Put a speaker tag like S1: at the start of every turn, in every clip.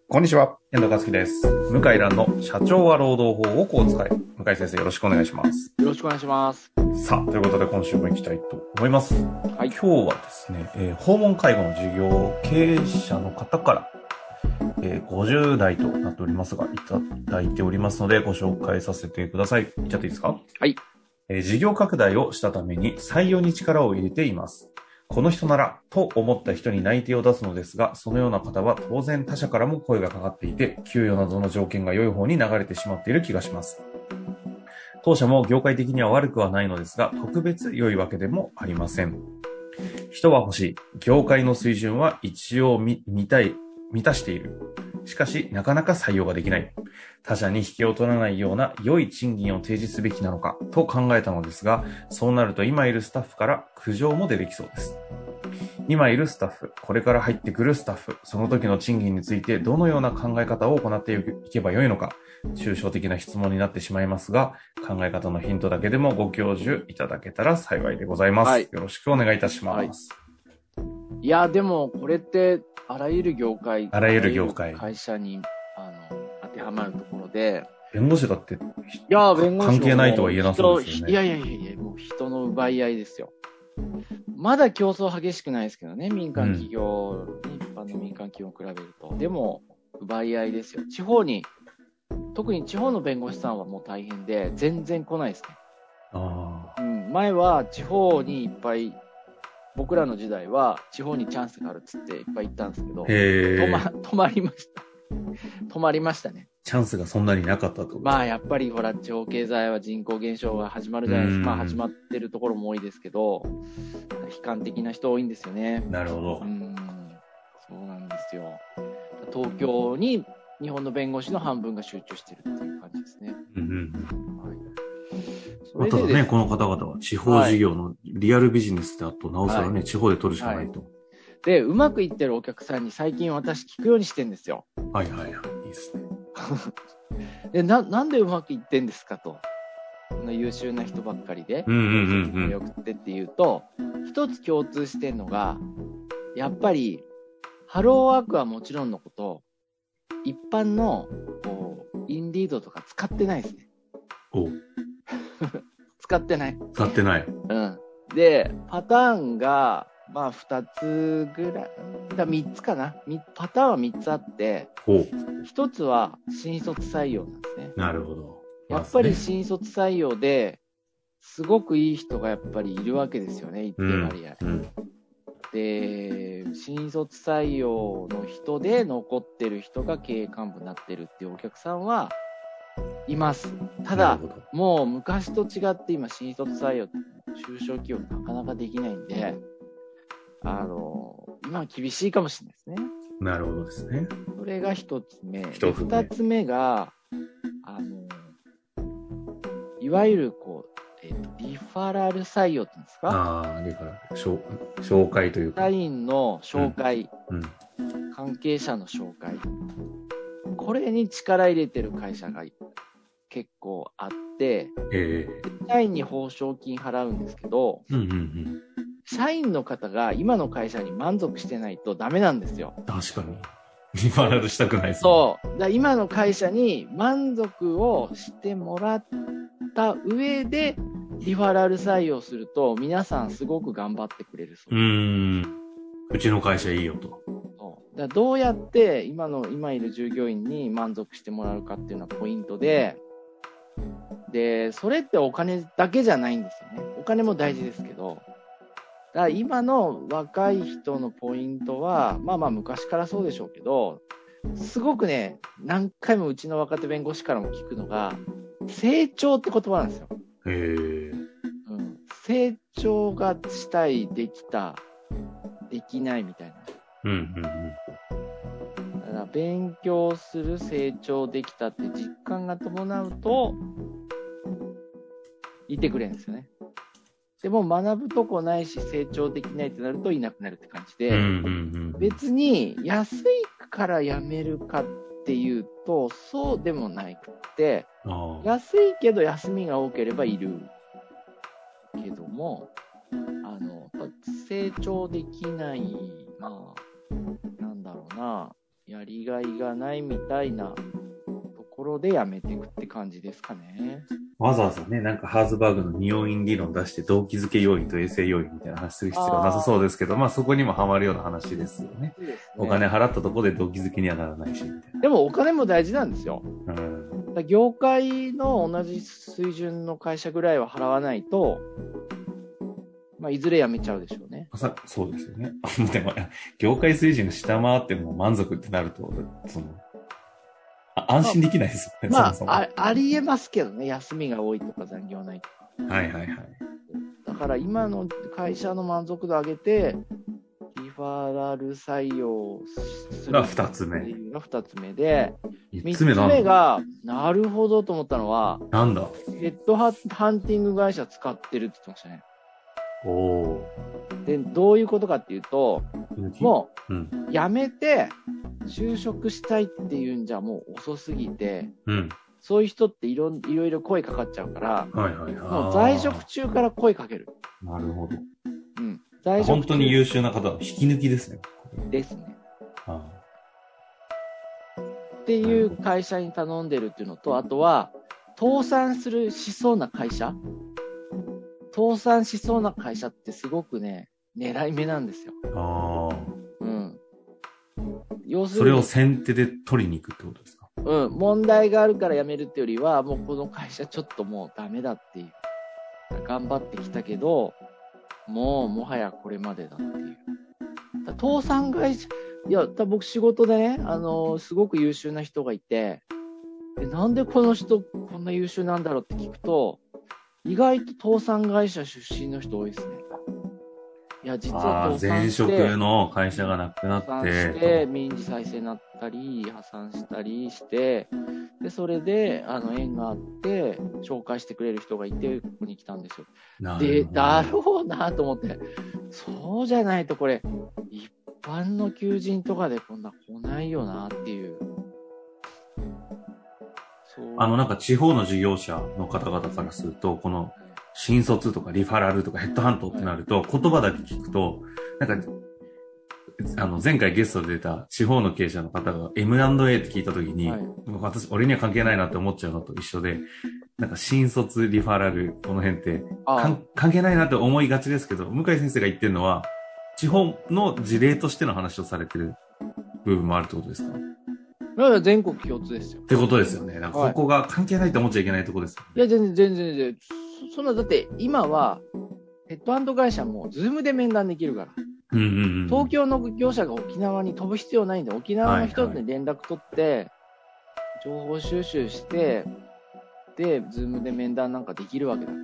S1: こんにちは、遠藤和樹です。向井蘭の社長は労働法をこう使え。向井先生、よろしくお願いします。
S2: よろしくお願いします。
S1: さあ、ということで今週も行きたいと思います。
S2: はい。
S1: 今日はですね、訪問介護の事業経営者の方から、50代となっておりますが、いただいておりますので、ご紹介させてください。いっちゃっていいですか？
S2: はい。
S1: 事業拡大をしたために採用に力を入れています。この人ならと思った人に内定を出すのですが、そのような方は当然他社からも声がかかっていて、給与などの条件が良い方に流れてしまっている気がします。当社も業界的には悪くはないのですが、特別良いわけでもありません。人は欲しい。業界の水準は一応満たしている。しかし、なかなか採用ができない。他社に引けを取らないような良い賃金を提示すべきなのかと考えたのですが、そうなると今いるスタッフから苦情も出てきそうです。今いるスタッフ、これから入ってくるスタッフ、その時の賃金についてどのような考え方を行っていけばよいのか、抽象的な質問になってしまいますが、考え方のヒントだけでもご教授いただけたら幸いでございます。はい、よろしくお願いいたします。
S2: はい、いや、でもこれってあらゆる業界、会社に当てはまるところで、
S1: 弁護士だって、弁護士関係ないとは言えなそうですよね。
S2: いや、もう人の奪い合いですよ。まだ競争激しくないですけどね、民間企業に一般の民間企業を比べると。でも、奪い合いですよ。特に地方の弁護士さんはもう大変で、全然来ないですね。前は地方にいっぱい、僕らの時代は地方にチャンスがあるっつっていっぱい行ったんですけど、止まりました。止まりましたね。
S1: チャンスがそんなになかったと。
S2: まあやっぱりほら、地方経済は人口減少が始まるじゃないですか。まあ始まってるところも多いですけど、悲観的な人多いんですよね。
S1: なるほど。
S2: そうなんですよ。東京に日本の弁護士の半分が集中してるっていう感じですね。
S1: ただね、この方々は地方事業のリアルビジネスであと、なおさらね、地方で取るしかないと。
S2: で、うまくいってるお客さんに最近私聞くようにしてるんですよ。
S1: はい。いいですね。
S2: で、なんでうまくいってんですかと。優秀な人ばっかりで、見送ってっていうと、一つ共通してるのが、やっぱり、ハローワークはもちろんのこと、一般の、インディードとか使ってないですね。使ってない。で、パターンが、まあ、2つぐらい、3つかな。パターンは3つあって、1つは新卒採用なんですね。
S1: なるほど。
S2: やっぱり新卒採用ですごくいい人がやっぱりいるわけですよね、一定割合。で、新卒採用の人で残ってる人が経営幹部になってるっていうお客さんはいます。ただ、もう昔と違って今新卒採用って中小企業なかなかできないんで、今は厳しいかもしれないですね。
S1: なるほどですね。
S2: それが一つ目。二つ目が、いわゆるリファラル採用って言うんですか？
S1: リファラル。紹介というか。
S2: 社員の紹介、関係者の紹介。これに力入れてる会社が結構あって、社員に報奨金払うんですけど、社員の方が今の会社に満足してないとダメなんですよ。
S1: 確かに。リファラルしたくないですね。
S2: そう。今の会社に満足をしてもらった上で、リファラル採用すると、皆さんすごく頑張ってくれるそうです。
S1: うちの会社いいよと。
S2: そう。どうやって今いる従業員に満足してもらうかっていうのはポイントで、それってお金だけじゃないんですよね。お金も大事ですけど、だから今の若い人のポイントは、まあ昔からそうでしょうけど、すごくね、何回もうちの若手弁護士からも聞くのが、成長って言葉なんですよ。成長がしたい、できた、できないみたいな。だから勉強する、成長できたって実感が伴うと、いてくれるんですよね。でも学ぶとこないし成長できないってなるといなくなるって感じで、別に安いから辞めるかっていうとそうでもないくって、安いけど休みが多ければいるけども、成長できない、なんだろうな、 やりがいがないみたいなところで辞めていくって感じですかね。
S1: わざわざね、なんかハーズバーグの二要因理論出して動機づけ要因と衛生要因みたいな話する必要はなさそうですけど、まあそこにもハマるような話ですよね。
S2: そうですね。
S1: お金払ったところで動機づけにはならないし、みたい
S2: でもお金も大事なんですよ。
S1: な。
S2: だから業界の同じ水準の会社ぐらいは払わないと、まあ、いずれ辞めちゃうでしょうね。
S1: そうですよね。でも、業界水準下回っても満足ってなると、安心できないですよね、
S2: まあ、
S1: そもそも。
S2: ありえますけどね、休みが多いとか残業ないとか。
S1: はいはいはい。
S2: だから今の会社の満足度を上げて、リファラル採用する
S1: が2つ目。
S2: っていうのが2つ目で、
S1: 3
S2: 3
S1: つ目
S2: つ目が、なるほどと思ったのは、
S1: なんだ
S2: ヘッドハンティング会社使ってるって言ってましたね。
S1: おー。
S2: で、どういうことかっていうと、も
S1: うん。
S2: う辞めて就職したいっていうんじゃもう遅すぎて、
S1: うん。
S2: そういう人っていろいろ声かかっちゃうから、
S1: はいはいはい。
S2: もう在職中から声かける。
S1: なるほど。
S2: うん。在職中
S1: 本当に優秀な方の引き抜きですね。
S2: ですね。
S1: あ
S2: っていう会社に頼んでるっていうのと、あとは、倒産しそうな会社倒産しそうな会社ってすごくね、狙い目なんですよ。
S1: あ。
S2: うん。要す
S1: それを
S2: るに、
S1: 先手で取りに行くってことですか？
S2: うん、問題があるから辞めるってよりは、もうこの会社ちょっともうダメだっていう。頑張ってきたけど、もはやこれまでだっていう。倒産会社、いや、僕仕事でね、すごく優秀な人がいて、なんでこの人こんな優秀なんだろうって聞くと、意外と倒産会社出身の人多いですね。いや、実は倒産
S1: 前
S2: して、
S1: 職の会社がなくなっ
S2: 破産
S1: て、
S2: して、民事再生になったり、破産したりして、で、それで、縁があって、紹介してくれる人がいて、ここに来たんですよ。で、だろうなと思って、そうじゃないとこれ、一般の求人とかでこんな来ないよなっていう。そう
S1: なんか地方の事業者の方々からすると、この新卒とかリファラルとかヘッドハントってなると、言葉だけ聞くと、なんか、前回ゲストで出た地方の経営者の方が M&A って聞いたときに、俺には関係ないなって思っちゃうのと一緒で、なんか新卒リファラル、この辺って関係ないなって思いがちですけど、向井先生が言ってるのは、地方の事例としての話をされてる部分もあるってことですか？
S2: 全国共通ですよ。
S1: ってことですよね。なんかここが関係ないと思っちゃいけないところですよね。
S2: いや、全然。そんな、だって今は、ヘッドハント会社もズームで面談できるから。東京の業者が沖縄に飛ぶ必要ないんで、沖縄の人に連絡取って、情報収集して、で、ズームで面談なんかできるわけだから。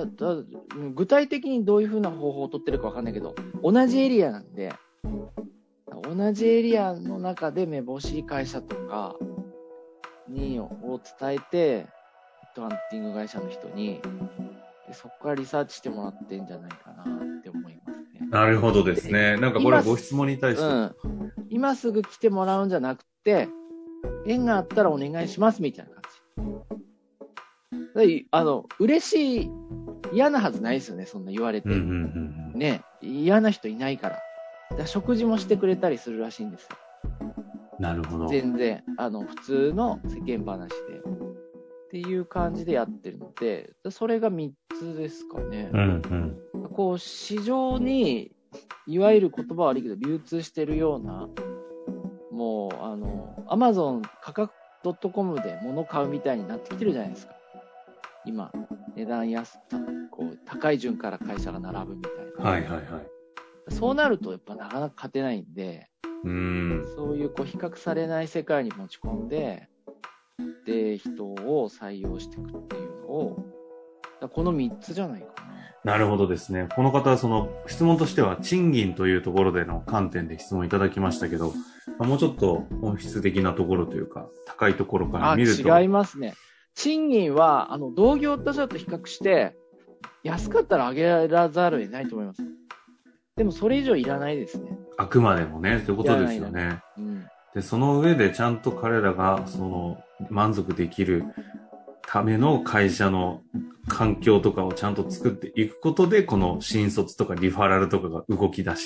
S2: 具体的にどういうふうな方法を取ってるかわかんないけど、同じエリアなんで、同じエリアの中でめぼしい会社とかを伝えて、ヘッドハンティング会社の人に、でそこからリサーチしてもらってんじゃないかなって思いますね。
S1: なるほどですね。なんかこれはご質問に対して、
S2: 今すぐ来てもらうんじゃなくて、縁があったらお願いしますみたいな感じ。嬉しい、嫌なはずないですよね、そんな言われて。ね、嫌な人いないから。食事もしてくれたりするらしいんですよ。
S1: なるほど。
S2: 全然、普通の世間話で。っていう感じでやってるので、それが3つですかね。こう、市場に、いわゆる言葉は悪いけど、流通してるような、もう、Amazon 価格 .com で物買うみたいになってきてるじゃないですか。今、値段こう、高い順から会社が並ぶみたいな。そうなると、やっぱなかなか勝てないんで、そういう比較されない世界に持ち込んで、で、人を採用していくっていうのを、この3つじゃないか
S1: な。なるほどですね。この方は質問としては賃金というところでの観点で質問いただきましたけど、もうちょっと本質的なところというか、高いところから見ると。
S2: 違いますね。賃金は、同業他社と比較して、安かったら上げざるを得ないと思います。でもそれ以上いらないですね。
S1: あくまでもね、ということですよね。で、その上でちゃんと彼らが、満足できるための会社の環境とかをちゃんと作っていくことで、この新卒とかリファラルとかが動き出し、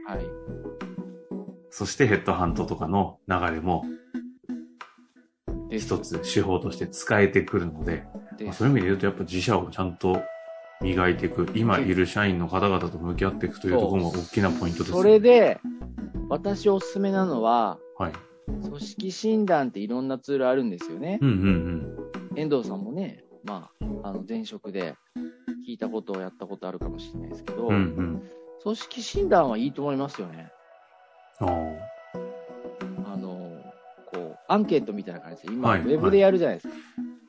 S2: はい。
S1: そしてヘッドハントとかの流れも
S2: です
S1: 一つ手法として使えてくるので、まあそういう意味で言うとやっぱ自社をちゃんと磨いていく、今いる社員の方々と向き合っていくというところも大きなポイントですね。
S2: それで、私おすすめなのは、
S1: はい。
S2: 組織診断っていろんなツールあるんですよね。
S1: うんうん
S2: 遠藤さんもね、まあ、前職で聞いたことをやったことあるかもしれないですけど、
S1: うん。うんうん。
S2: 組織診断はいいと思いますよね。
S1: ああ。
S2: こう、アンケートみたいな感じで、今、
S1: はい
S2: ウェブでやるじゃないですか。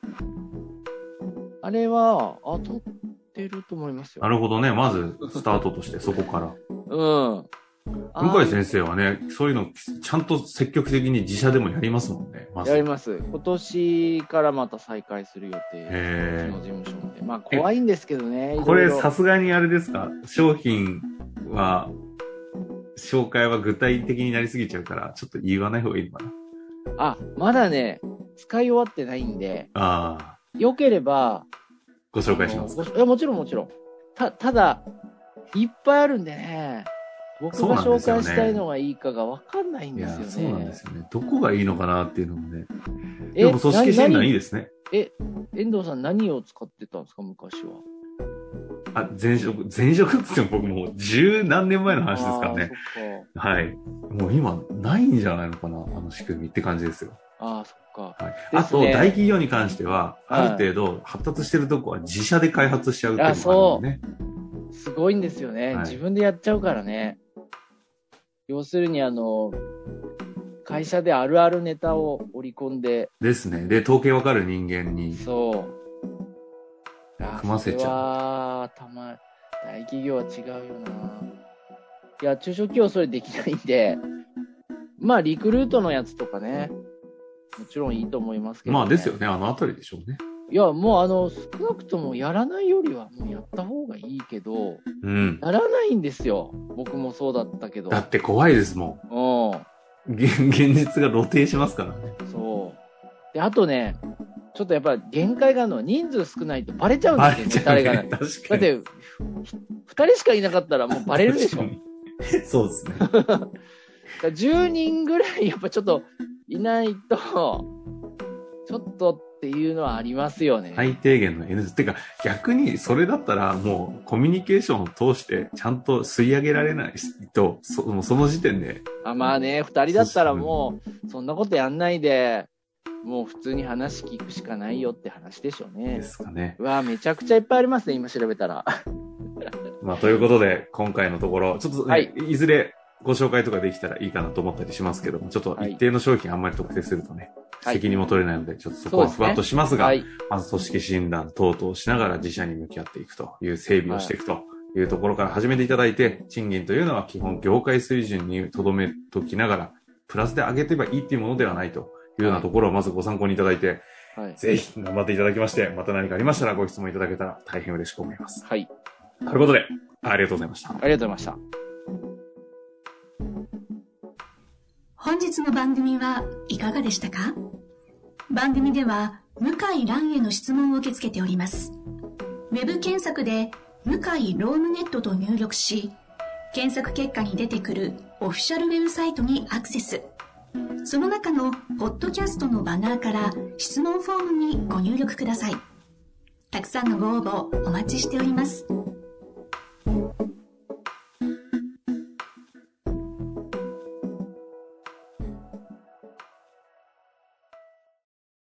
S2: あれは、取ってると思いますよ。
S1: なるほどね。まずスタートとしてそこから。
S2: うん。
S1: 向井先生はね、そういうのちゃんと積極的に自社でもやりますもんね。まず
S2: やります。今年からまた再開する予定。
S1: へー
S2: うちの事務所で。まあ怖いんですけどね。
S1: これ
S2: いろいろ
S1: さすがにあれですか？商品は、紹介は具体的になりすぎちゃうから、ちょっと言わない方がいいのかな。
S2: まだね、使い終わってないんで、
S1: ああ。
S2: 良ければ、
S1: ご紹介しますか。
S2: いや、もちろんもちろん。ただ、いっぱいあるんでね、僕が紹介したいのがいいかが分かんないんですよね。
S1: いや、そうなんですよね。どこがいいのかなっていうのもね。でも組織診断いいですね。
S2: 遠藤さん何を使ってたんですか、昔は。
S1: 前職って言っても僕もう十何年前の話ですからね。はい。もう今ないんじゃないのかな、仕組みって感じですよ。
S2: そっか。
S1: はい。あと、大企業に関しては、ある程度発達してるとこは自社で開発しちゃうっていうのがあるんでね。
S2: すごいんですよね。
S1: はい、
S2: 自分でやっちゃうからね。要するに会社であるあるネタを織り込んで。
S1: ですね。で、統計わかる人間に。
S2: そう。
S1: 組ませちゃ
S2: う。大企業は違うよな。いや、中小企業はそれできないんで、まあ、リクルートのやつとかね、もちろんいいと思いますけど、ね。
S1: まあですよね。あたりでしょうね。
S2: いや、もう少なくともやらないよりはもうやった方がいいけど、
S1: うん。
S2: やらないんですよ。僕もそうだったけど。
S1: だって怖いですもん。現実が露呈しますからね。
S2: そう。で、あとね、ちょっとやっぱり限界があるのは人数少ないとバレちゃうんですよね、誰がね。
S1: 確かに。
S2: だって、2人しかいなかったらもうバレるでしょ。
S1: そうですね。
S2: 10人ぐらいやっぱちょっといないと、ちょっとっていうのはありますよね。
S1: 最低限の N てか逆にそれだったらもうコミュニケーションを通してちゃんと吸い上げられないと、もうその時点で。
S2: まあね、2人だったらもうそんなことやんないで、もう普通に話聞くしかないよって話でしょうね。
S1: ですかね。
S2: うわ、めちゃくちゃいっぱいありますね、今調べたら。
S1: まあということで今回のところ、ちょっとね、
S2: はい、
S1: いずれご紹介とかできたらいいかなと思ったりしますけども、ちょっと一定の商品あんまり特定するとね、はい、責任も取れないので、ちょっとそこはふわっとしますが、まず組織診断等々しながら自社に向き合っていくという整備をしていくというところから始めていただいて、賃金というのは基本業界水準に留めときながら、プラスで上げていけばいいっていうものではないというようなところをまずご参考にいただいて、ぜひ頑張っていただきまして、また何かありましたらご質問いただけたら大変嬉しく思います。
S2: はい。
S1: ということで、ありがとうございました。
S2: ありがとうございました。
S3: 本日の番組はいかがでしたか？番組では向井蘭への質問を受け付けております。ウェブ検索で向井ロームネットと入力し、検索結果に出てくるオフィシャルウェブサイトにアクセス。その中のポッドキャストのバナーから質問フォームにご入力ください。たくさんのご応募お待ちしております。